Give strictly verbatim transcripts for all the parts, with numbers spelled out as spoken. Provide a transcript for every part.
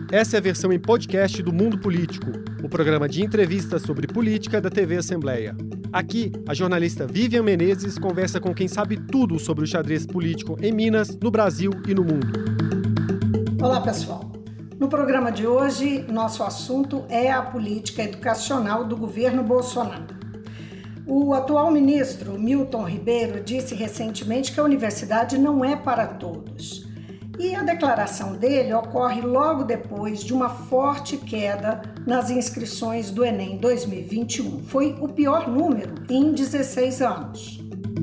Essa é a versão em podcast do Mundo Político, o programa de entrevistas sobre política da T V Assembleia. Aqui, a jornalista Vivian Menezes conversa com quem sabe tudo sobre o xadrez político em Minas, no Brasil e no mundo. Olá, pessoal. No programa de hoje, nosso assunto é a política educacional do governo Bolsonaro. O atual ministro Milton Ribeiro disse recentemente que a universidade não é para todos. E a declaração dele ocorre logo depois de uma forte queda nas inscrições do Enem dois mil e vinte e um. Foi o pior número em dezesseis anos.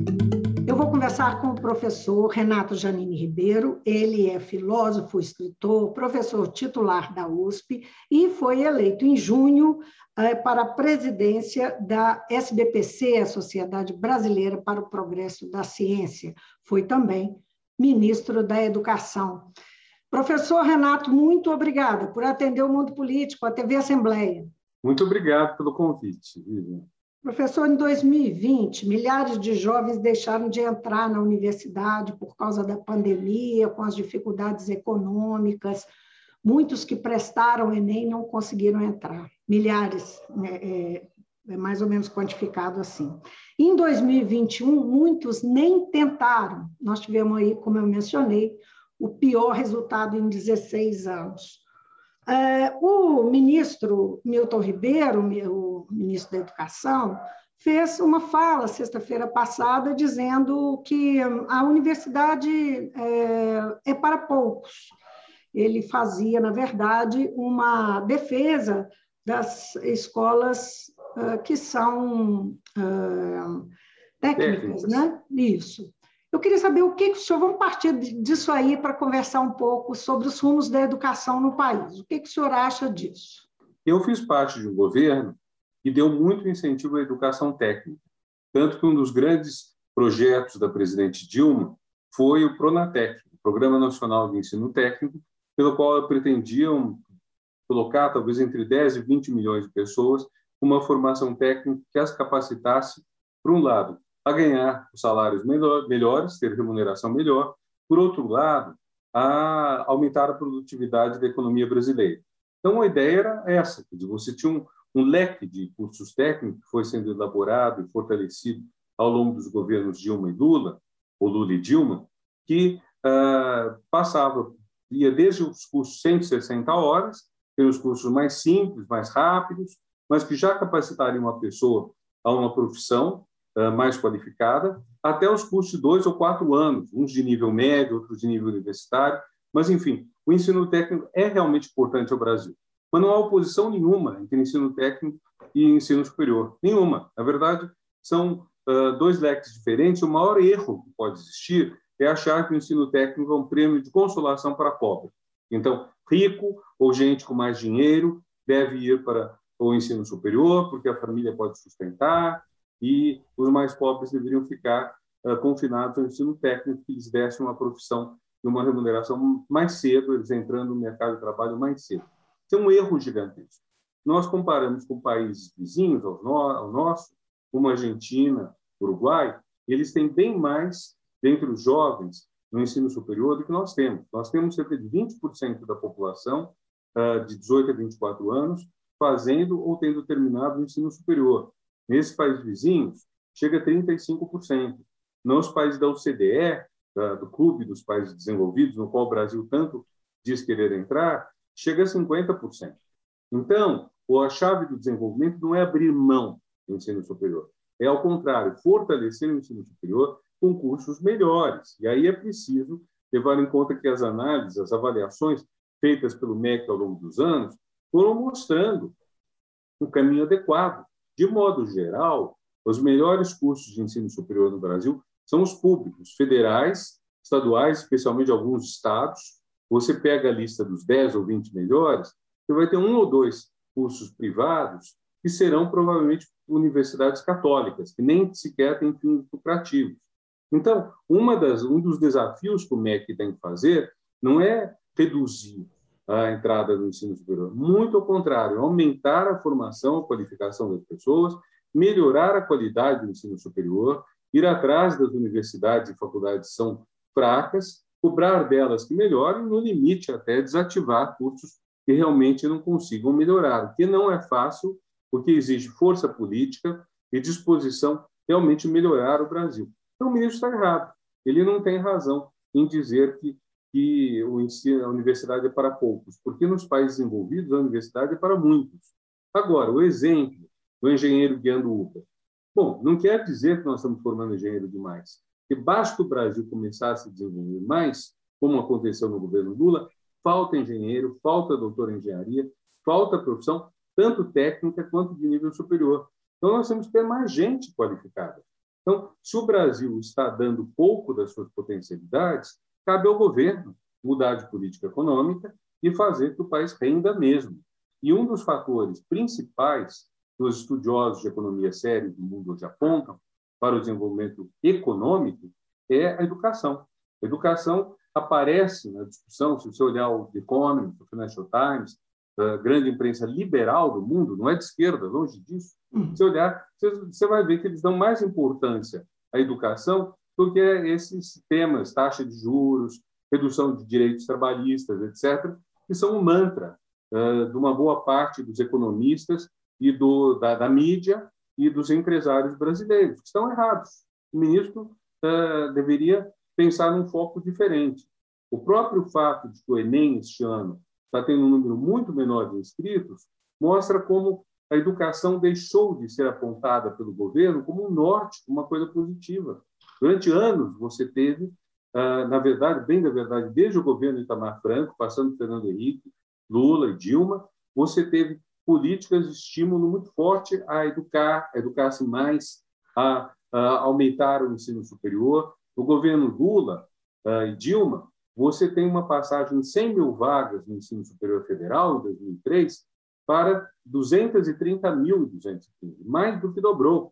Eu vou conversar com o professor Renato Janine Ribeiro. Ele é filósofo, escritor, professor titular da U S P e foi eleito em junho eh, para a presidência da S B P C, a Sociedade Brasileira para o Progresso da Ciência. Foi também ministro da Educação. Professor Renato, muito obrigada por atender o Mundo Político, a T V Assembleia. Muito obrigado pelo convite, Vivian. Professor, em dois mil e vinte, milhares de jovens deixaram de entrar na universidade por causa da pandemia, com as dificuldades econômicas. Muitos que prestaram o Enem não conseguiram entrar. Milhares, né, é, é mais ou menos quantificado assim. Em dois mil e vinte e um, muitos nem tentaram. Nós tivemos aí, como eu mencionei, o pior resultado em dezesseis anos. Uh, o ministro Milton Ribeiro, o ministro da Educação, fez uma fala sexta-feira passada dizendo que a universidade é, é para poucos. Ele fazia, na verdade, uma defesa das escolas uh, que são uh, técnicas, né? Isso. Eu queria saber o que, que o senhor, vamos partir disso aí para conversar um pouco sobre os rumos da educação no país. O que, que o senhor acha disso? Eu fiz parte de um governo que deu muito incentivo à educação técnica, tanto que um dos grandes projetos da presidente Dilma foi o Pronatec, o Programa Nacional de Ensino Técnico, pelo qual pretendiam colocar talvez entre dez e vinte milhões de pessoas uma formação técnica que as capacitasse, por um lado, a ganhar os salários melhor, melhores, ter remuneração melhor, por outro lado, a aumentar a produtividade da economia brasileira. Então, a ideia era essa, quer dizer, você tinha um, um leque de cursos técnicos que foi sendo elaborado e fortalecido ao longo dos governos Dilma e Lula, ou Lula e Dilma, que ah, passava, ia desde os cursos cento e sessenta horas, pelos cursos mais simples, mais rápidos, mas que já capacitariam uma pessoa a uma profissão mais qualificada, até os cursos de dois ou quatro anos, uns de nível médio, outros de nível universitário, mas, enfim, o ensino técnico é realmente importante ao Brasil. Mas não há oposição nenhuma entre ensino técnico e ensino superior, nenhuma. Na verdade, são uh, dois leques diferentes. O maior erro que pode existir é achar que o ensino técnico é um prêmio de consolação para pobre. Então, rico ou gente com mais dinheiro deve ir para o ensino superior, porque a família pode sustentar, e os mais pobres deveriam ficar uh, confinados ao ensino técnico, que lhes desse uma profissão e uma remuneração mais cedo, eles entrando no mercado de trabalho mais cedo. Isso é um erro gigantesco. Nós comparamos com países vizinhos ao, no, ao nosso, como a Argentina, Uruguai, eles têm bem mais, dentre os jovens, no ensino superior do que nós temos. Nós temos cerca de vinte por cento da população uh, de dezoito a vinte e quatro anos fazendo ou tendo terminado o ensino superior. Nesses países vizinhos, chega a trinta e cinco por cento. Nos países da O C D E, da, do Clube dos Países Desenvolvidos, no qual o Brasil tanto diz querer entrar, chega a cinquenta por cento. Então, a chave do desenvolvimento não é abrir mão do ensino superior, é, ao contrário, fortalecer o ensino superior com cursos melhores. E aí é preciso levar em conta que as análises, as avaliações feitas pelo M E C ao longo dos anos foram mostrando o caminho adequado. De modo geral, os melhores cursos de ensino superior no Brasil são os públicos, federais, estaduais, especialmente alguns estados. Você pega a lista dos dez ou vinte melhores, você vai ter um ou dois cursos privados que serão provavelmente universidades católicas, que nem sequer têm fins lucrativos. Então, uma das, um dos desafios que o M E C tem que fazer não é reduzir a entrada no ensino superior. Muito ao contrário, aumentar a formação, a qualificação das pessoas, melhorar a qualidade do ensino superior, ir atrás das universidades e faculdades que são fracas, cobrar delas que melhorem, no limite até desativar cursos que realmente não consigam melhorar, o que não é fácil, porque exige força política e disposição realmente melhorar o Brasil. Então, o ministro está errado. Ele não tem razão em dizer que, que o ensino, a universidade é para poucos, porque nos países envolvidos a universidade é para muitos. Agora, o exemplo do engenheiro guiando Uber. Bom, não quer dizer que nós estamos formando engenheiro demais, porque basta o Brasil começar a se desenvolver mais, como aconteceu no governo Lula, falta engenheiro, falta doutor em engenharia, falta profissão, tanto técnica quanto de nível superior. Então, nós temos que ter mais gente qualificada. Então, se o Brasil está dando pouco das suas potencialidades, cabe ao governo mudar de política econômica e fazer que o país renda mesmo. E um dos fatores principais que os estudiosos de economia sérios do mundo hoje apontam para o desenvolvimento econômico é a educação. A educação aparece na discussão, se você olhar o The Economist, o Financial Times, a grande imprensa liberal do mundo, não é de esquerda, longe disso. Se olhar, você vai ver que eles dão mais importância à educação do que esses temas, taxa de juros, redução de direitos trabalhistas, etcétera, que são um mantra uh, de uma boa parte dos economistas e do, da, da mídia e dos empresários brasileiros, que estão errados. O ministro uh, deveria pensar num foco diferente. O próprio fato de que o Enem, este ano, está tendo um número muito menor de inscritos, mostra como a educação deixou de ser apontada pelo governo como um norte, uma coisa positiva. Durante anos, você teve, na verdade, bem da verdade, desde o governo Itamar Franco, passando por Fernando Henrique, Lula e Dilma, você teve políticas de estímulo muito forte a educar, a educar-se mais, a, a aumentar o ensino superior. No governo Lula e Dilma, você tem uma passagem de cem mil vagas no ensino superior federal, em dois mil e três, para duzentos e trinta mil e duzentos e quinze, mais do que dobrou.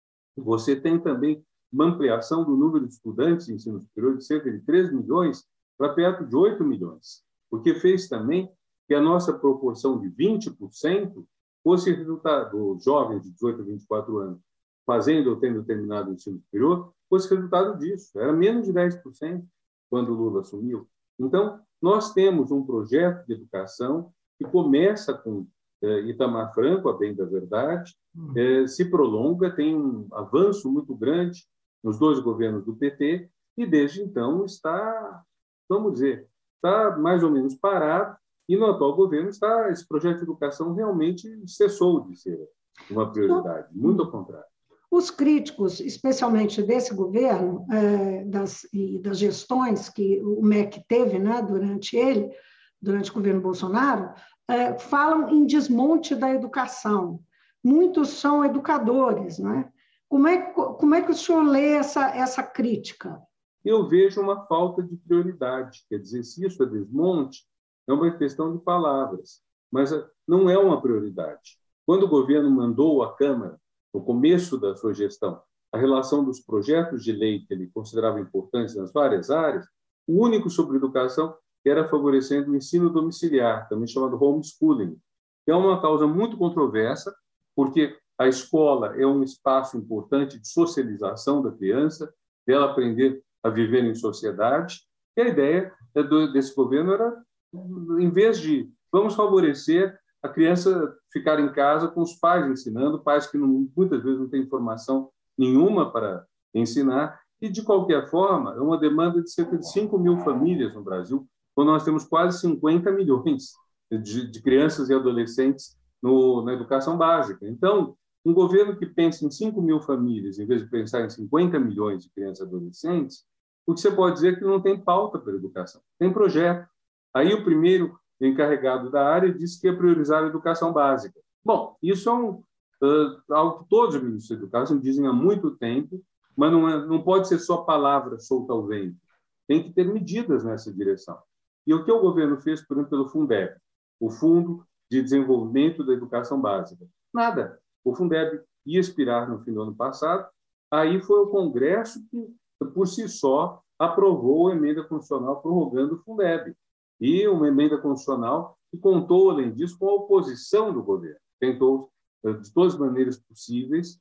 Você tem também uma ampliação do número de estudantes de ensino superior de cerca de três milhões para perto de oito milhões, o que fez também que a nossa proporção de vinte por cento fosse resultado dos jovens de dezoito a vinte e quatro anos fazendo ou tendo terminado o ensino superior, fosse resultado disso. Era menos de dez por cento quando o Lula assumiu. Então, nós temos um projeto de educação que começa com eh, Itamar Franco, a bem da verdade, eh, se prolonga, tem um avanço muito grande nos dois governos do P T, e desde então está, vamos dizer, está mais ou menos parado, e no atual governo está, esse projeto de educação realmente cessou de ser uma prioridade, muito ao contrário. Os críticos, especialmente desse governo, é, das, e das gestões que o M E C teve, né, durante ele, durante o governo Bolsonaro, é, falam em desmonte da educação. Muitos são educadores, né? Como é, como é que o senhor lê essa, essa crítica? Eu vejo uma falta de prioridade. Quer dizer, se isso é desmonte, é uma questão de palavras, mas não é uma prioridade. Quando o governo mandou à Câmara, no começo da sua gestão, a relação dos projetos de lei que ele considerava importantes nas várias áreas, o único sobre educação era favorecendo o ensino domiciliar, também chamado homeschooling, que é uma causa muito controversa, porque a escola é um espaço importante de socialização da criança, dela aprender a viver em sociedade, e a ideia desse governo era, em vez de vamos favorecer a criança ficar em casa com os pais ensinando, pais que não, muitas vezes não têm informação nenhuma para ensinar, e, de qualquer forma, é uma demanda de cerca de cinco mil famílias no Brasil, quando nós temos quase cinquenta milhões de, de crianças e adolescentes no, na educação básica. Então, um governo que pensa em cinco mil famílias, em vez de pensar em cinquenta milhões de crianças e adolescentes, o que você pode dizer é que não tem pauta para a educação, tem projeto. Aí o primeiro encarregado da área disse que ia priorizar a educação básica. Bom, isso é um, uh, algo que todos os ministros da educação dizem há muito tempo, mas não, é, não pode ser só palavra solta ao vento. Tem que ter medidas nessa direção. E o que o governo fez, por exemplo, pelo Fundeb, o Fundo de Desenvolvimento da Educação Básica? Nada. O Fundeb ia expirar no fim do ano passado, aí foi o Congresso que, por si só, aprovou a emenda constitucional prorrogando o Fundeb. E uma emenda constitucional que contou, além disso, com a oposição do governo. Tentou, de todas as maneiras possíveis,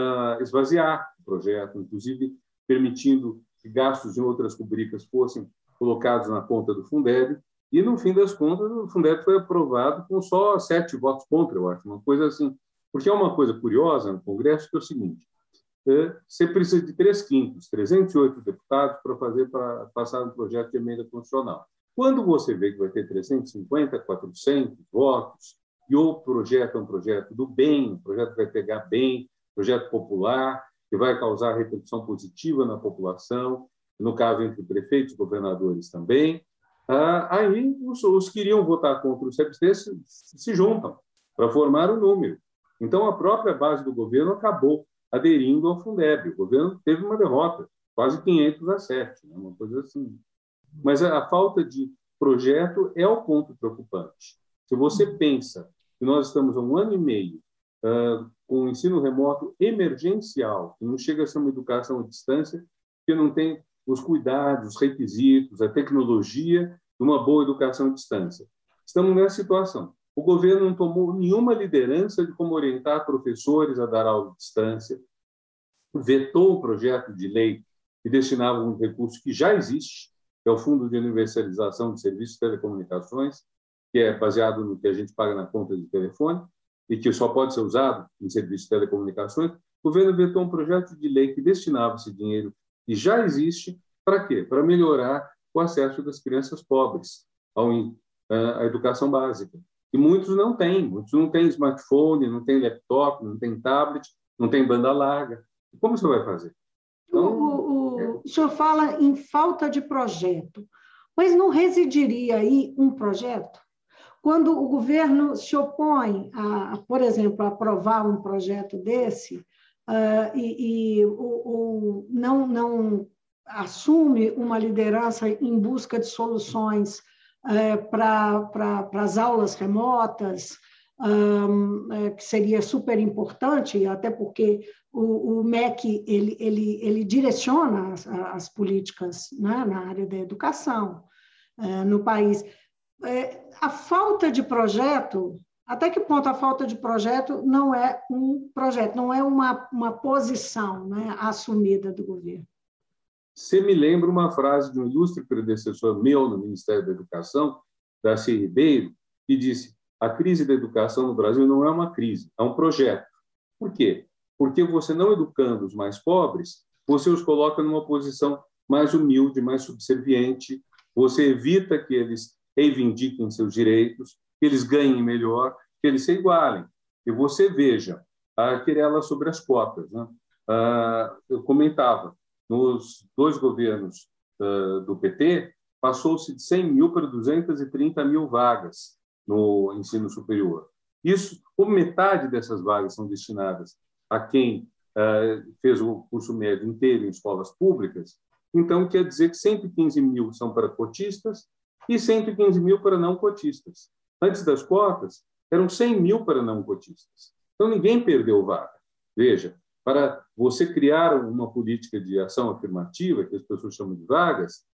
esvaziar o projeto, inclusive permitindo que gastos em outras rubricas fossem colocados na conta do Fundeb, E, no fim das contas, o Fundeb foi aprovado com só sete votos contra, eu acho, uma coisa assim. Porque é uma coisa curiosa no Congresso, que é o seguinte, é, você precisa de três quintos, trezentos e oito deputados para fazer para passar um projeto de emenda constitucional. Quando você vê que vai ter trezentos e cinquenta, quatrocentos votos, e o projeto é um projeto do bem, um projeto que vai pegar bem, projeto popular, que vai causar repercussão positiva na população, no caso entre prefeitos e governadores também, ah, aí os, os que iriam votar contra o se abster se, se juntam para formar um número. Então, a própria base do governo acabou aderindo ao Fundeb. O governo teve uma derrota, quase quinhentos a sete, né? Uma coisa assim. Mas a, a falta de projeto é o ponto preocupante. Se você pensa que nós estamos há um ano e meio uh, com o ensino remoto emergencial, que não chega a ser uma educação à distância, que não tem os cuidados, os requisitos, a tecnologia de uma boa educação à distância. Estamos nessa situação. O governo não tomou nenhuma liderança de como orientar professores a dar aula à distância, vetou o projeto de lei que destinava um recurso que já existe, que é o Fundo de Universalização de Serviços de Telecomunicações, que é baseado no que a gente paga na conta de telefone e que só pode ser usado em serviços de telecomunicações. O governo vetou um projeto de lei que destinava esse dinheiro que já existe, para quê? Para melhorar o acesso das crianças pobres ao, à educação básica. E muitos não têm, muitos não têm smartphone, não têm laptop, não têm tablet, não têm banda larga. Como você vai fazer? Então, o, o, o senhor fala em falta de projeto, mas não residiria aí um projeto? Quando o governo se opõe, a, por exemplo, a aprovar um projeto desse, uh, e, e o, o, não, não assume uma liderança em busca de soluções uh, para as aulas remotas, um, uh, que seria super importante, até porque o, o M E C ele, ele, ele direciona as, as políticas, né, na área da educação uh, no país. É, a falta de projeto, até que ponto a falta de projeto não é um projeto, não é uma, uma posição, né, assumida do governo? Você me lembra uma frase de um ilustre predecessor meu no Ministério da Educação, Darcy Ribeiro, que disse: a crise da educação no Brasil não é uma crise, é um projeto. Por quê? Porque você não educando os mais pobres, você os coloca numa posição mais humilde, mais subserviente, você evita que eles reivindiquem seus direitos, que eles ganhem melhor, que eles se igualem. E você veja a querela sobre as cotas, né? Ah, eu comentava, nos dois governos ah, do P T, passou-se de cem mil para duzentas e trinta mil vagas no ensino superior. Isso, como metade dessas vagas são destinadas a quem ah, fez o curso médio inteiro em escolas públicas, então quer dizer que cento e quinze mil são para cotistas e cento e quinze mil para não cotistas. Antes das cotas, eram cem mil para não cotistas. Então, ninguém perdeu vaga. Veja, para você criar uma política de ação afirmativa, que as pessoas chamam de vagas,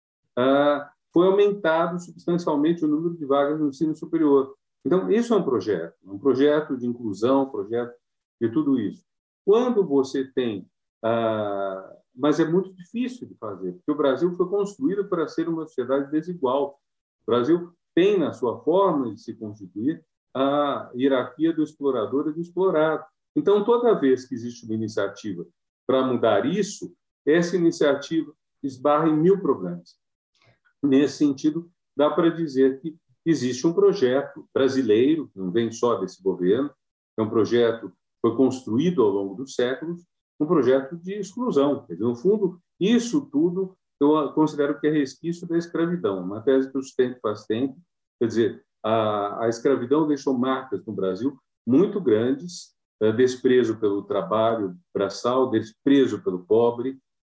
foi aumentado substancialmente o número de vagas no ensino superior. Então, isso é um projeto, um projeto de inclusão, um projeto de tudo isso. Quando você tem... Mas é muito difícil de fazer, porque o Brasil foi construído para ser uma sociedade desigual. O Brasil tem, na sua forma de se constituir, a hierarquia do explorador e do explorado. Então, toda vez que existe uma iniciativa para mudar isso, essa iniciativa esbarra em mil problemas. Nesse sentido, dá para dizer que existe um projeto brasileiro, não vem só desse governo, é um projeto que foi construído ao longo dos séculos, um projeto de exclusão. Quer dizer, no fundo, isso tudo eu considero que é resquício da escravidão, uma tese que eu sustento faz tempo. Quer dizer, a, a escravidão deixou marcas no Brasil muito grandes, é, desprezo pelo trabalho braçal, desprezo pelo pobre,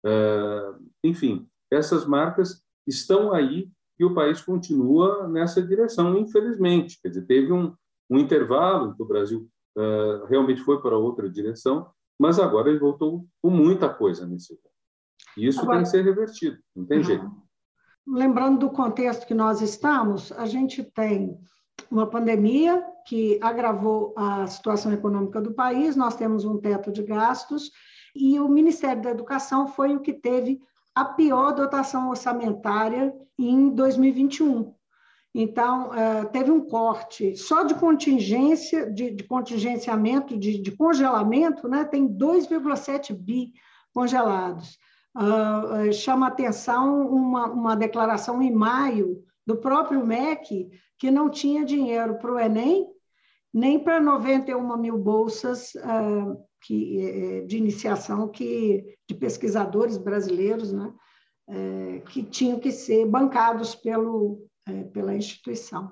é, enfim, essas marcas estão aí e o país continua nessa direção, infelizmente. Quer dizer, teve um, um intervalo em que o Brasil é, realmente foi para outra direção, mas agora ele voltou com muita coisa nesse ponto. E isso Agora, tem que ser revertido, não tem jeito. Lembrando do contexto que nós estamos, a gente tem uma pandemia que agravou a situação econômica do país, nós temos um teto de gastos, e o Ministério da Educação foi o que teve a pior dotação orçamentária em dois mil e vinte e um. Então, teve um corte só de contingência, de, de contingenciamento, de, de congelamento, né? Tem dois vírgula sete bi congelados. Uh, chama atenção uma, uma declaração em maio do próprio M E C, que não tinha dinheiro para o Enem, nem para noventa e uma mil bolsas uh, que, de iniciação que, de pesquisadores brasileiros, né? Uh, que tinham que ser bancados pelo pela instituição.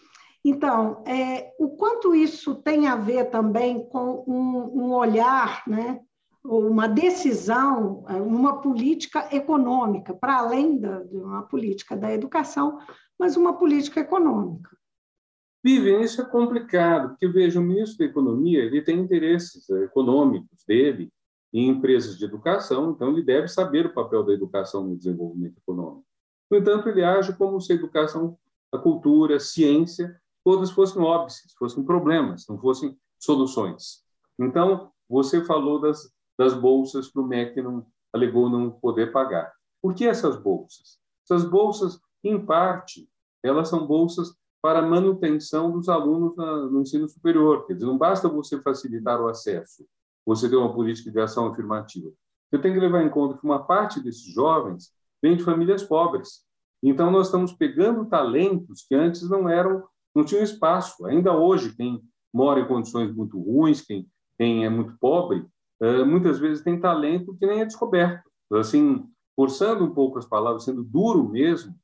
Então, é, o quanto isso tem a ver também com um, um olhar, né, uma decisão, uma política econômica, para além da, de uma política da educação, mas uma política econômica. Vivian, isso é complicado, porque, veja, o ministro da Economia ele tem interesses econômicos dele em empresas de educação, então ele deve saber o papel da educação no desenvolvimento econômico. No entanto, ele age como se a educação, a cultura, a ciência, todas fossem óbvias, fossem problemas, não fossem soluções. Então, você falou das, das bolsas que o M E C não, alegou não poder pagar. Por que essas bolsas? Essas bolsas, em parte, elas são bolsas para a manutenção dos alunos na, no ensino superior. Quer dizer, não basta você facilitar o acesso, você ter uma política de ação afirmativa. Você tem que levar em conta que uma parte desses jovens vem de famílias pobres. Então, nós estamos pegando talentos que antes não eram, não tinham espaço. Ainda hoje, quem mora em condições muito ruins, quem, quem é muito pobre, uh, muitas vezes tem talento que nem é descoberto. Assim, forçando um pouco as palavras, sendo duro mesmo,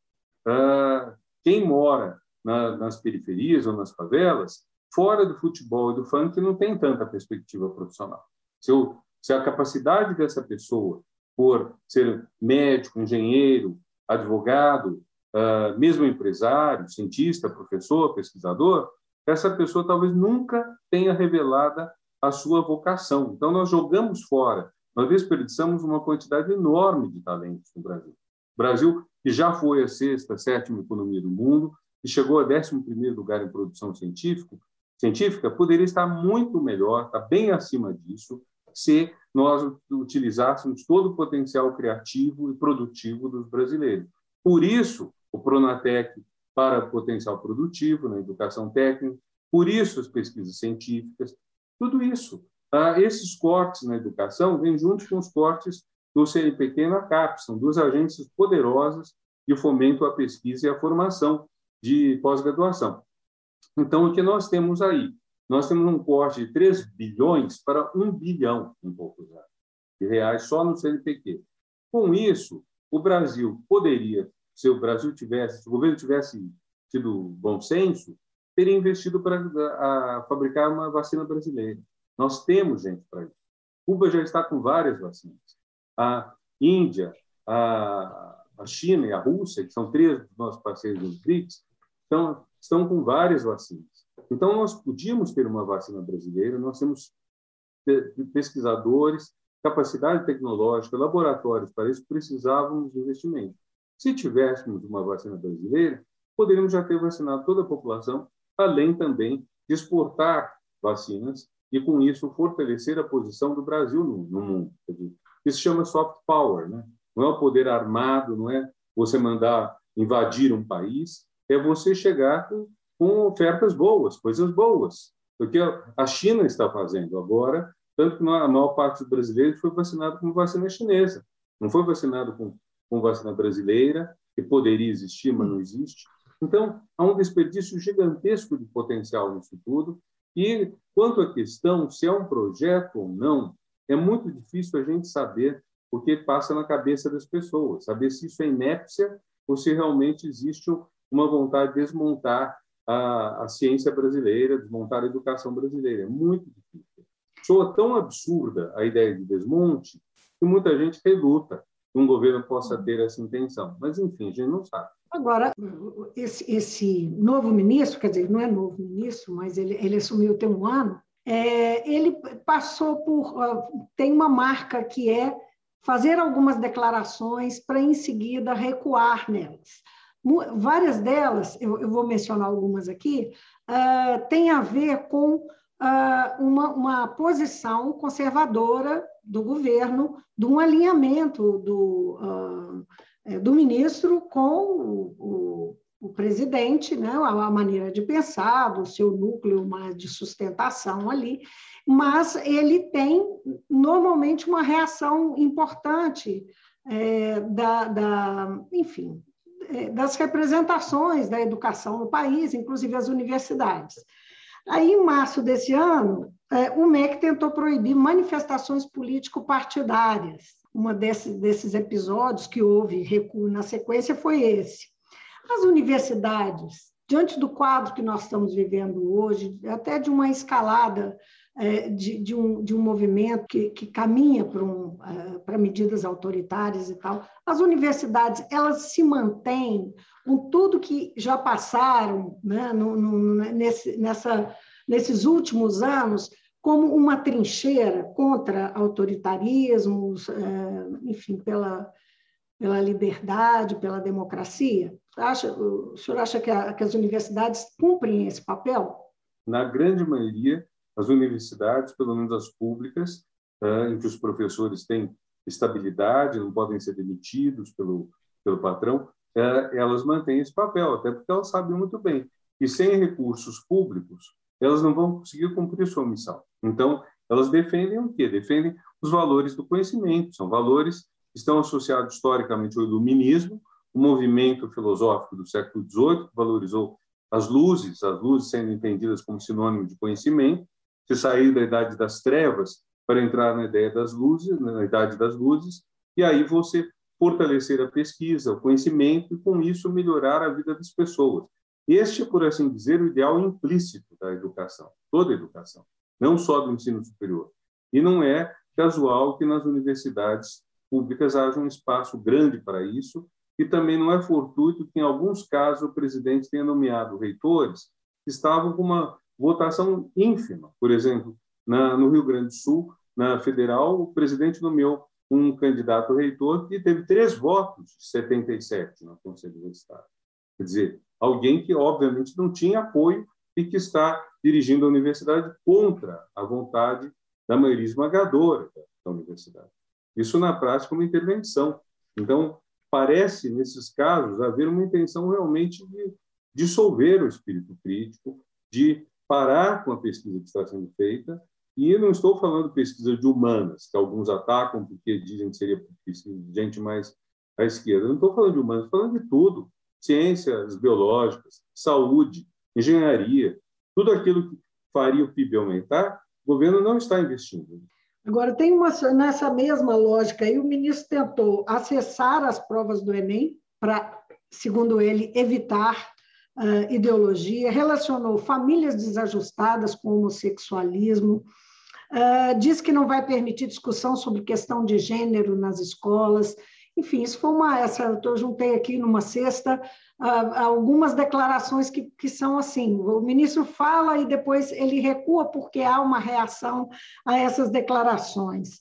uh, quem mora na, nas periferias ou nas favelas, fora do futebol e do funk, não tem tanta perspectiva profissional. Se, eu, se a capacidade dessa pessoa por ser médico, engenheiro, advogado, uh, mesmo empresário, cientista, professor, pesquisador, essa pessoa talvez nunca tenha revelado a sua vocação. Então, nós jogamos fora, nós desperdiçamos uma quantidade enorme de talentos no Brasil. O Brasil, que já foi a sexta, sétima economia do mundo, e chegou a décimo primeiro lugar em produção científica, científica, poderia estar muito melhor, está bem acima disso, se nós utilizássemos todo o potencial criativo e produtivo dos brasileiros. Por isso, o Pronatec para potencial produtivo na educação técnica, por isso as pesquisas científicas, tudo isso. Ah, esses cortes na educação vêm juntos com os cortes do C N Pq e na CAPES, são duas agências poderosas de fomento à pesquisa e à formação de pós-graduação. Então, o que nós temos aí? Nós temos um corte de três bilhões para um bilhão em poucos anos de reais só no C N Pq. Com isso, o Brasil poderia, se o Brasil tivesse, se o governo tivesse tido bom senso, teria investido para a, a fabricar uma vacina brasileira. Nós temos gente para isso. Cuba já está com várias vacinas. A Índia, a, a China e a Rússia, que são três dos nossos parceiros dos BRICS, estão, estão com várias vacinas. Então, nós podíamos ter uma vacina brasileira, nós temos pesquisadores, capacidade tecnológica, laboratórios para isso, precisávamos de investimento. Se tivéssemos uma vacina brasileira, poderíamos já ter vacinado toda a população, além também de exportar vacinas e, com isso, fortalecer a posição do Brasil no, no mundo. Isso se chama soft power, né? Não é o poder armado, não é você mandar invadir um país, é você chegar com com ofertas boas, coisas boas, porque a China está fazendo agora, tanto que a maior parte dos brasileiros foi vacinado com vacina chinesa, não foi vacinado com, com vacina brasileira, que poderia existir, mas não existe. Então, há um desperdício gigantesco de potencial nisso tudo, e quanto à questão se é um projeto ou não, é muito difícil a gente saber o que passa na cabeça das pessoas, saber se isso é inépcia ou se realmente existe uma vontade de desmontar A, a ciência brasileira, desmontar a educação brasileira. É muito difícil. Soa tão absurda a ideia de desmonte que muita gente reluta que um governo possa ter essa intenção. Mas, enfim, a gente não sabe. Agora, esse, esse novo ministro, quer dizer, não é novo ministro, mas ele, ele assumiu tem um ano, é, ele passou por... Uh, tem uma marca que é fazer algumas declarações para, em seguida, recuar nelas. Várias delas, eu, eu vou mencionar algumas aqui, uh, tem a ver com uh, uma, uma posição conservadora do governo, de um alinhamento do, uh, do ministro com o, o, o presidente, né, a maneira de pensar, do seu núcleo de sustentação ali, mas ele tem, normalmente, uma reação importante é, da, da, enfim, é, das representações da educação no país, inclusive as universidades. Aí, em março desse ano, é, o M E C tentou proibir manifestações político-partidárias. Um desses, desses episódios que houve recuo na sequência foi esse. As universidades, diante do quadro que nós estamos vivendo hoje, até de uma escalada é, de, de, um, de um movimento que, que caminha para um, uh, para medidas autoritárias e tal, as universidades elas se mantêm com tudo que já passaram, né, no, no, nesse, nessa, nesses últimos anos, como uma trincheira contra autoritarismos, uh, enfim, pela, pela liberdade, pela democracia. Acha, o senhor acha que, a, que as universidades cumprem esse papel? Na grande maioria, as universidades, pelo menos as públicas, uh, em que os professores têm estabilidade, não podem ser demitidos pelo, pelo patrão, uh, elas mantêm esse papel, até porque elas sabem muito bem que sem recursos públicos, elas não vão conseguir cumprir sua missão. Então, elas defendem o quê? Defendem os valores do conhecimento, são valores que estão associados historicamente ao iluminismo, o movimento filosófico do século dezoito, que valorizou as luzes, as luzes sendo entendidas como sinônimo de conhecimento, se sair da idade das trevas para entrar na ideia das luzes, na idade das luzes, e aí você fortalecer a pesquisa, o conhecimento, e com isso melhorar a vida das pessoas. Este é, por assim dizer, o ideal implícito da educação, toda a educação, não só do ensino superior. E não é casual que nas universidades públicas haja um espaço grande para isso, e também não é fortuito que, em alguns casos, o presidente tenha nomeado reitores que estavam com uma votação ínfima. Por exemplo, na, no Rio Grande do Sul, na Federal, o presidente nomeou um candidato reitor que teve três votos de setenta e sete no Conselho do Estado. Quer dizer, alguém que, obviamente, não tinha apoio e que está dirigindo a universidade contra a vontade da maioria esmagadora da universidade. Isso, na prática, é uma intervenção. Então, parece, nesses casos, haver uma intenção realmente de dissolver o espírito crítico, de parar com a pesquisa que está sendo feita, e eu não estou falando de pesquisa de humanas, que alguns atacam porque dizem que seria gente mais à esquerda. Eu não estou falando de humanas, estou falando de tudo. Ciências biológicas, saúde, engenharia, tudo aquilo que faria o P I B aumentar, o governo não está investindo. Agora, tem uma, nessa mesma lógica aí, o ministro tentou acessar as provas do Enem para, segundo ele, evitar uh, ideologia, relacionou famílias desajustadas com homossexualismo, uh, diz que não vai permitir discussão sobre questão de gênero nas escolas. Enfim, isso foi uma... Essa, eu juntei aqui numa cesta uh, algumas declarações que, que são assim, o ministro fala e depois ele recua porque há uma reação a essas declarações.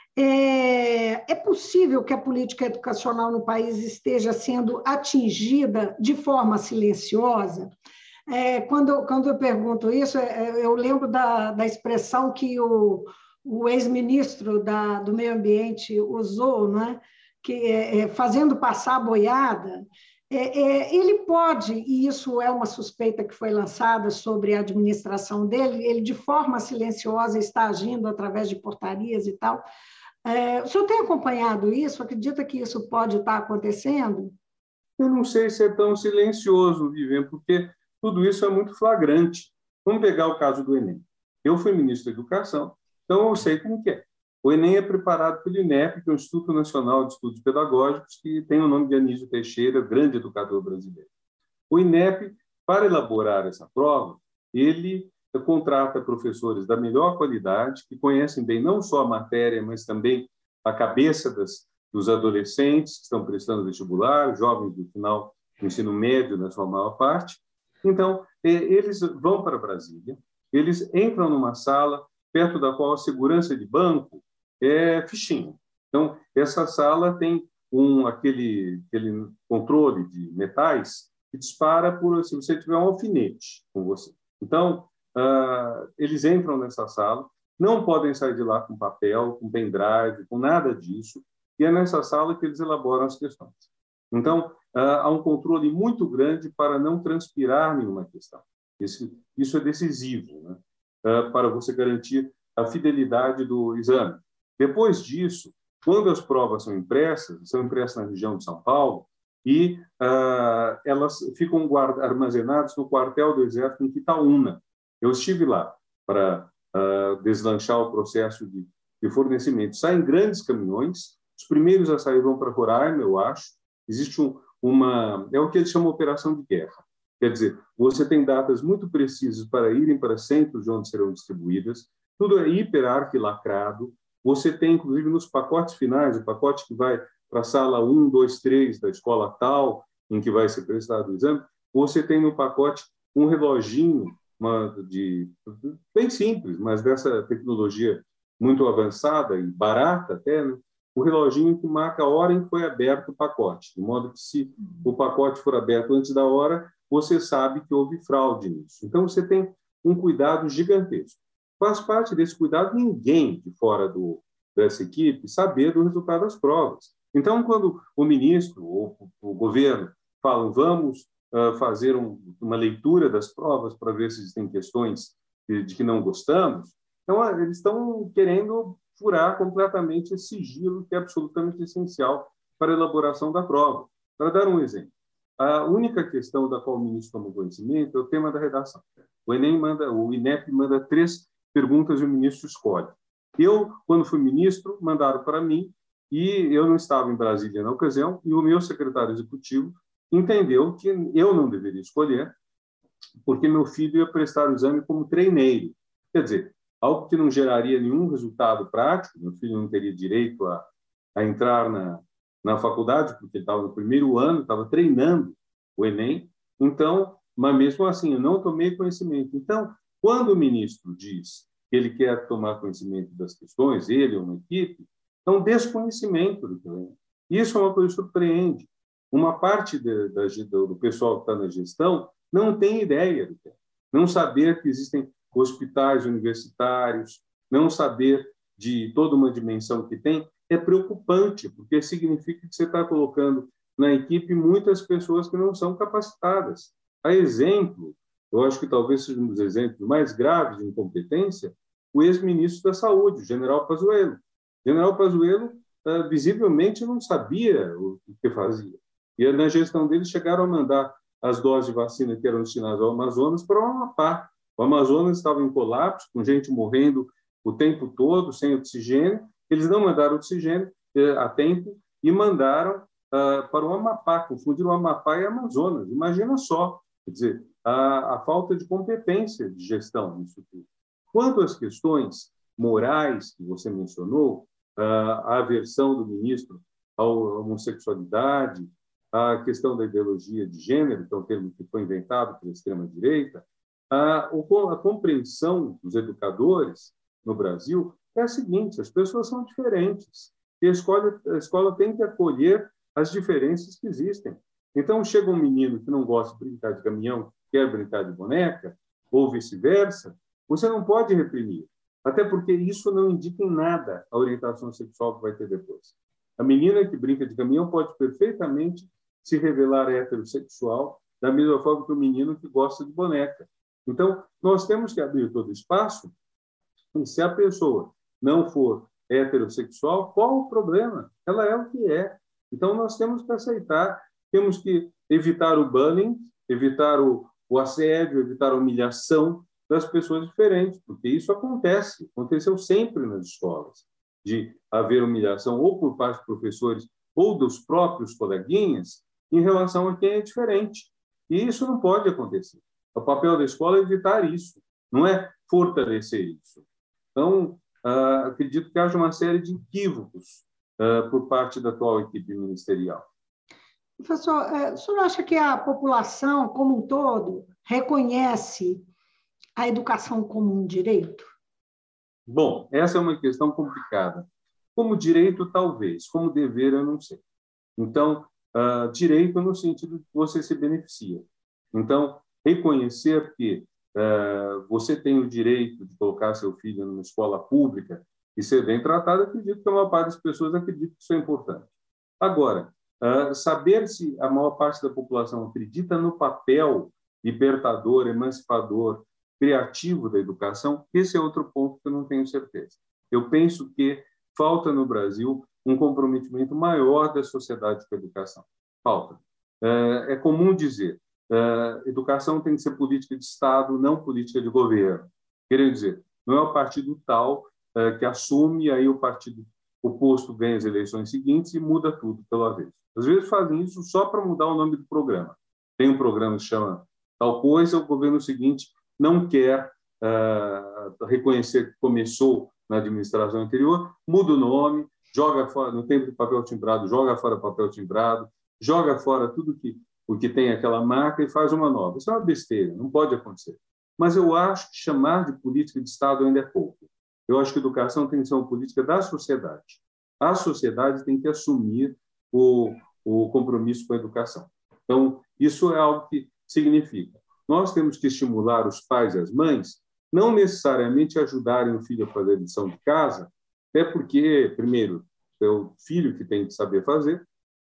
É, é possível que a política educacional no país esteja sendo atingida de forma silenciosa? É, quando, quando eu pergunto isso, eu lembro da, da expressão que o, o ex-ministro da, do Meio Ambiente usou, não é? Que é, fazendo passar a boiada, é, é, ele pode, e isso é uma suspeita que foi lançada sobre a administração dele, ele de forma silenciosa está agindo através de portarias e tal. É, o senhor tem acompanhado isso? Acredita que isso pode estar acontecendo? Eu não sei se é tão silencioso, Viviane, porque tudo isso é muito flagrante. Vamos pegar o caso do Enem. Eu fui ministro da Educação, então eu sei como que é. O Enem é preparado pelo INEP, que é o Instituto Nacional de Estudos Pedagógicos, que tem o nome de Anísio Teixeira, grande educador brasileiro. O INEP, para elaborar essa prova, ele contrata professores da melhor qualidade, que conhecem bem não só a matéria, mas também a cabeça das, dos adolescentes que estão prestando vestibular, jovens do final do ensino médio, na sua maior parte. Então, eles vão para Brasília, eles entram numa sala perto da qual a segurança de banco é fichinha. Então, essa sala tem um, aquele, aquele controle de metais que dispara por, se você tiver um alfinete com você. Então, uh, eles entram nessa sala, não podem sair de lá com papel, com pendrive, com nada disso, e é nessa sala que eles elaboram as questões. Então, há um controle muito grande para não transpirar nenhuma questão. Esse, isso é decisivo, né? Para você garantir a fidelidade do exame. Depois disso, quando as provas são impressas, são impressas na região de São Paulo, e uh, elas ficam guarda, armazenadas no quartel do Exército em Quitaúna. Eu estive lá para uh, deslanchar o processo de, de fornecimento. Saem grandes caminhões, os primeiros a sair vão para Roraima, eu acho. Existe um, uma... é o que eles chamam de operação de guerra. Quer dizer, você tem datas muito precisas para irem para centros de onde serão distribuídas, tudo é hiper arquilacrado. Você tem, inclusive, nos pacotes finais, o pacote que vai para a sala um, dois, três da escola tal, em que vai ser prestado o exame, você tem no pacote um reloginho uma, de, bem simples, mas dessa tecnologia muito avançada e barata até, né? O reloginho que marca a hora em que foi aberto o pacote, de modo que se o pacote for aberto antes da hora, você sabe que houve fraude nisso. Então, você tem um cuidado gigantesco. Faz parte desse cuidado ninguém de fora do, dessa equipe saber do resultado das provas. Então, quando o ministro ou o governo falam vamos uh, fazer um, uma leitura das provas para ver se existem questões de, de que não gostamos, então eles estão querendo furar completamente esse sigilo que é absolutamente essencial para a elaboração da prova. Para dar um exemplo, a única questão da qual o ministro toma conhecimento é o tema da redação. O Enem manda, o INEP manda três perguntas e o ministro escolhe. Eu, quando fui ministro, mandaram para mim e eu não estava em Brasília na ocasião e o meu secretário executivo entendeu que eu não deveria escolher porque meu filho ia prestar o exame como treineiro. Quer dizer, algo que não geraria nenhum resultado prático, meu filho não teria direito a, a entrar na, na faculdade porque ele estava no primeiro ano, estava treinando o Enem. Então, mas mesmo assim, eu não tomei conhecimento. Então, quando o ministro diz que ele quer tomar conhecimento das questões, ele ou uma equipe, é um desconhecimento do Enem. Isso é uma coisa que surpreende. Uma parte de, da, do pessoal que está na gestão não tem ideia do que é. Não saber que existem hospitais universitários, não saber de toda uma dimensão que tem, é preocupante, porque significa que você está colocando na equipe muitas pessoas que não são capacitadas. A exemplo, eu acho que talvez seja um dos exemplos mais graves de incompetência, o ex-ministro da Saúde, o general Pazuello. O general Pazuello, uh, visivelmente, não sabia o que fazia. E na gestão dele chegaram a mandar as doses de vacina que eram destinadas ao Amazonas para o Amapá. O Amazonas estava em colapso, com gente morrendo o tempo todo, sem oxigênio. Eles não mandaram oxigênio eh, a tempo e mandaram uh, para o Amapá, confundiram o Amapá e Amazonas. Imagina só, quer dizer, a, a falta de competência de gestão nisso tudo. Quanto às questões morais que você mencionou, uh, a aversão do ministro à homossexualidade, a questão da ideologia de gênero, que é um termo que foi inventado pela extrema-direita, a, a compreensão dos educadores no Brasil é a seguinte: as pessoas são diferentes e a escola, a escola tem que acolher as diferenças que existem. Então, chega um menino que não gosta de brincar de caminhão, quer brincar de boneca, ou vice-versa, você não pode reprimir, até porque isso não indica em nada a orientação sexual que vai ter depois. A menina que brinca de caminhão pode perfeitamente se revelar heterossexual, da mesma forma que o menino que gosta de boneca. Então, nós temos que abrir todo o espaço, e se a pessoa não for heterossexual, qual o problema? Ela é o que é. Então, nós temos que aceitar, temos que evitar o bullying, evitar o, o assédio, evitar a humilhação das pessoas diferentes, porque isso acontece, aconteceu sempre nas escolas, de haver humilhação ou por parte dos professores ou dos próprios coleguinhas em relação a quem é diferente. E isso não pode acontecer. O papel da escola é evitar isso, não é fortalecer isso. Então, uh, acredito que haja uma série de equívocos uh, por parte da atual equipe ministerial. Professor, o senhor acha que a população, como um todo, reconhece a educação como um direito? Bom, essa é uma questão complicada. Como direito, talvez. Como dever, eu não sei. Então, uh, direito no sentido de que você se beneficia. Então, reconhecer que uh, você tem o direito de colocar seu filho numa escola pública e ser bem tratado, acredito que a maior parte das pessoas acredita que isso é importante. Agora, Uh, saber se a maior parte da população acredita no papel libertador, emancipador, criativo da educação, esse é outro ponto que eu não tenho certeza. Eu penso que falta no Brasil um comprometimento maior da sociedade com a educação. Falta. Uh, é comum dizer, uh, educação tem que ser política de Estado, não política de governo. Querendo dizer, não é o partido tal uh, que assume, aí o partido oposto ganha as eleições seguintes e muda tudo pelo avesso. Às vezes fazem isso só para mudar o nome do programa. Tem um programa que chama tal coisa, o governo seguinte não quer uh, reconhecer que começou na administração anterior, muda o nome, joga fora, no tempo de papel timbrado, joga fora papel timbrado, joga fora tudo que, o que tem aquela marca e faz uma nova. Isso é uma besteira, não pode acontecer. Mas eu acho que chamar de política de Estado ainda é pouco. Eu acho que a educação tem que ser uma política da sociedade. A sociedade tem que assumir o, o compromisso com a educação. Então, isso é algo que significa. Nós temos que estimular os pais e as mães, não necessariamente ajudarem o filho a fazer a lição de casa, até porque, primeiro, é o filho que tem que saber fazer,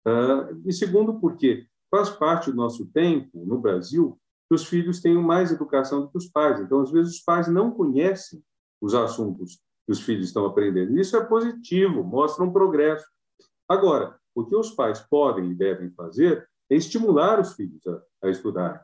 uh, e segundo, porque faz parte do nosso tempo, no Brasil, que os filhos tenham mais educação do que os pais. Então, às vezes, os pais não conhecem os assuntos que os filhos estão aprendendo. Isso é positivo, mostra um progresso. Agora, o que os pais podem e devem fazer é estimular os filhos a, a estudar.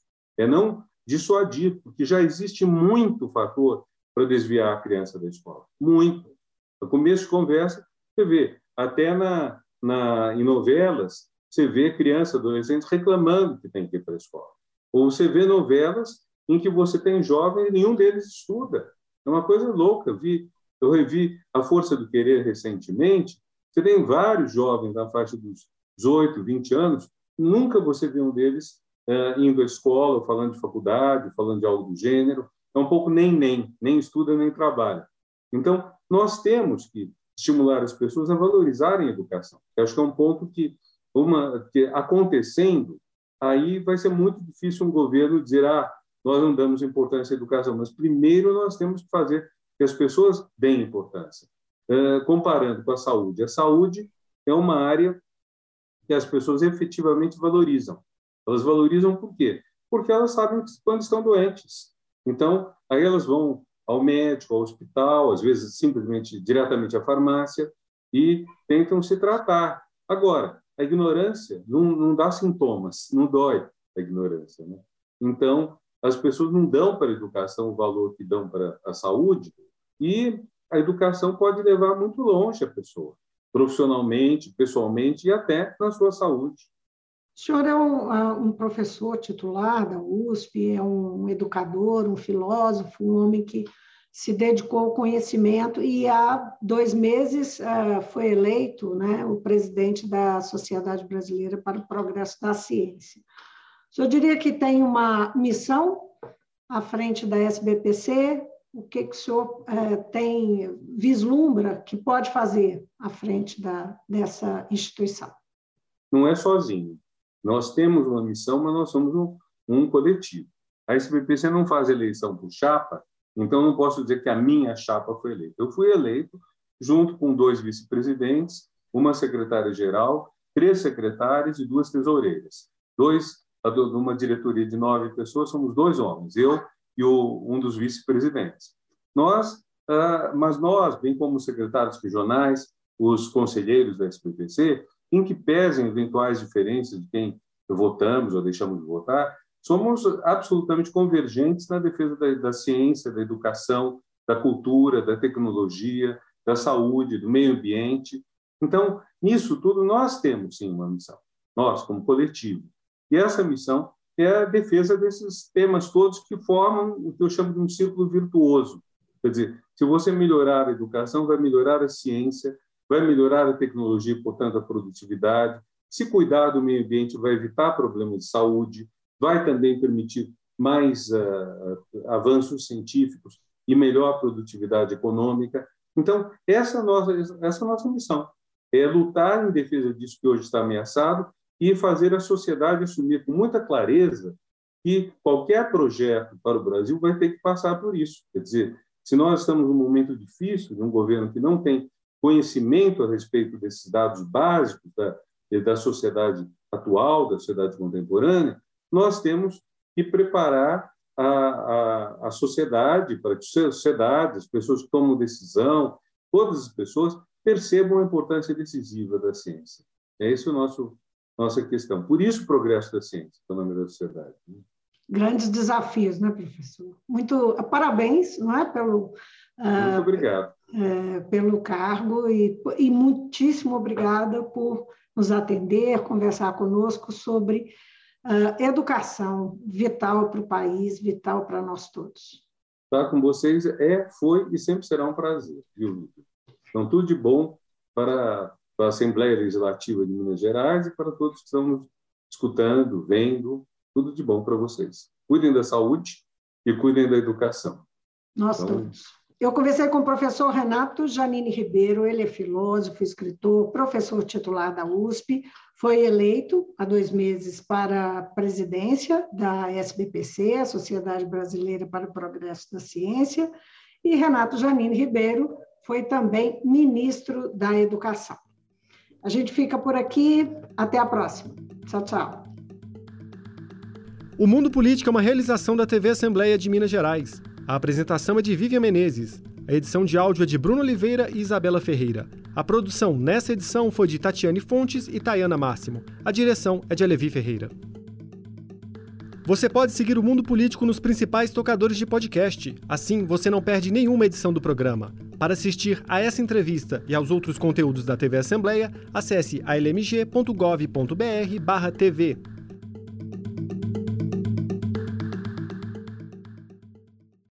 É não dissuadir, porque já existe muito fator para desviar a criança da escola. Muito. No começo de conversa, você vê, até na, na, em novelas, você vê crianças, adolescentes reclamando que tem que ir para a escola. Ou você vê novelas em que você tem jovens e nenhum deles estuda. É uma coisa louca. Eu, vi, eu revi A Força do Querer recentemente. Você tem vários jovens na faixa dos dezoito, vinte anos, nunca você vê um deles uh, indo à escola, falando de faculdade, falando de algo do gênero. É um pouco nem-nem, nem estuda, nem trabalha. Então, nós temos que estimular as pessoas a valorizarem a educação. Eu acho que é um ponto que, uma, que acontecendo, aí vai ser muito difícil um governo dizer ah, nós não damos importância à educação, mas primeiro nós temos que fazer que as pessoas deem importância. Uh, comparando com a saúde, a saúde é uma área que as pessoas efetivamente valorizam. Elas valorizam por quê? Porque elas sabem que quando estão doentes. Então, aí elas vão ao médico, ao hospital, às vezes simplesmente diretamente à farmácia e tentam se tratar. Agora, a ignorância não, não dá sintomas, não dói a ignorância, né? Então, as pessoas não dão para a educação o valor que dão para a saúde e a educação pode levar muito longe a pessoa, profissionalmente, pessoalmente e até na sua saúde. O senhor é um, um professor titular da U S P, é um educador, um filósofo, um homem que se dedicou ao conhecimento e há dois meses uh, foi eleito, né, o presidente da Sociedade Brasileira para o Progresso da Ciência. O senhor diria que tem uma missão à frente da S B P C? O que, que o senhor uh, tem, vislumbra que pode fazer à frente da, dessa instituição? Não é sozinho. Nós temos uma missão, mas nós somos um, um coletivo. A S B P C não faz eleição por chapa, então não posso dizer que a minha chapa foi eleita. Eu fui eleito junto com dois vice-presidentes, uma secretária-geral, três secretários e duas tesoureiras. Dois, uma diretoria de nove pessoas, somos dois homens, eu e o, um dos vice-presidentes. Nós, ah, mas nós, bem como os secretários regionais, os conselheiros da S B P C, em que pesem eventuais diferenças de quem votamos ou deixamos de votar, somos absolutamente convergentes na defesa da, da ciência, da educação, da cultura, da tecnologia, da saúde, do meio ambiente. Então, nisso tudo, nós temos, sim, uma missão, nós, como coletivo. E essa missão é a defesa desses temas todos que formam o que eu chamo de um círculo virtuoso. Quer dizer, se você melhorar a educação, vai melhorar a ciência, vai melhorar a tecnologia e, portanto, a produtividade. Se cuidar do meio ambiente, vai evitar problemas de saúde, vai também permitir mais uh, avanços científicos e melhor produtividade econômica. Então, essa é a nossa, essa é a nossa missão, é lutar em defesa disso que hoje está ameaçado e fazer a sociedade assumir com muita clareza que qualquer projeto para o Brasil vai ter que passar por isso. Quer dizer, se nós estamos num momento difícil, de um governo que não tem conhecimento a respeito desses dados básicos da, e da sociedade atual, da sociedade contemporânea, nós temos que preparar a, a, a sociedade, para que a sociedade, as pessoas que tomam decisão, todas as pessoas percebam a importância decisiva da ciência. É esse o nosso nossa questão. Por isso o progresso da ciência, em nome da sociedade. Grandes desafios, né, professor? Muito parabéns, não é, pelo muito uh, obrigado uh, pelo cargo e, e muitíssimo obrigada por nos atender, conversar conosco sobre uh, educação vital para o país, vital para nós todos. Estar com vocês é, foi e sempre será um prazer, viu, Lívia? Então, tudo de bom para para a Assembleia Legislativa de Minas Gerais e para todos que estão nos escutando, vendo, tudo de bom para vocês. Cuidem da saúde e cuidem da educação. Nós então, todos. Eu conversei com o professor Renato Janine Ribeiro, ele é filósofo, escritor, professor titular da U S P, foi eleito há dois meses para a presidência da S B P C, a Sociedade Brasileira para o Progresso da Ciência, e Renato Janine Ribeiro foi também ministro da Educação. A gente fica por aqui. Até a próxima. Tchau, tchau. O Mundo Político é uma realização da T V Assembleia de Minas Gerais. A apresentação é de Vivian Menezes. A edição de áudio é de Bruno Oliveira e Isabela Ferreira. A produção nessa edição foi de Tatiane Fontes e Tayana Máximo. A direção é de Alevi Ferreira. Você pode seguir o Mundo Político nos principais tocadores de podcast. Assim, você não perde nenhuma edição do programa. Para assistir a essa entrevista e aos outros conteúdos da T V Assembleia, acesse a l m g ponto gov ponto b r barra T V.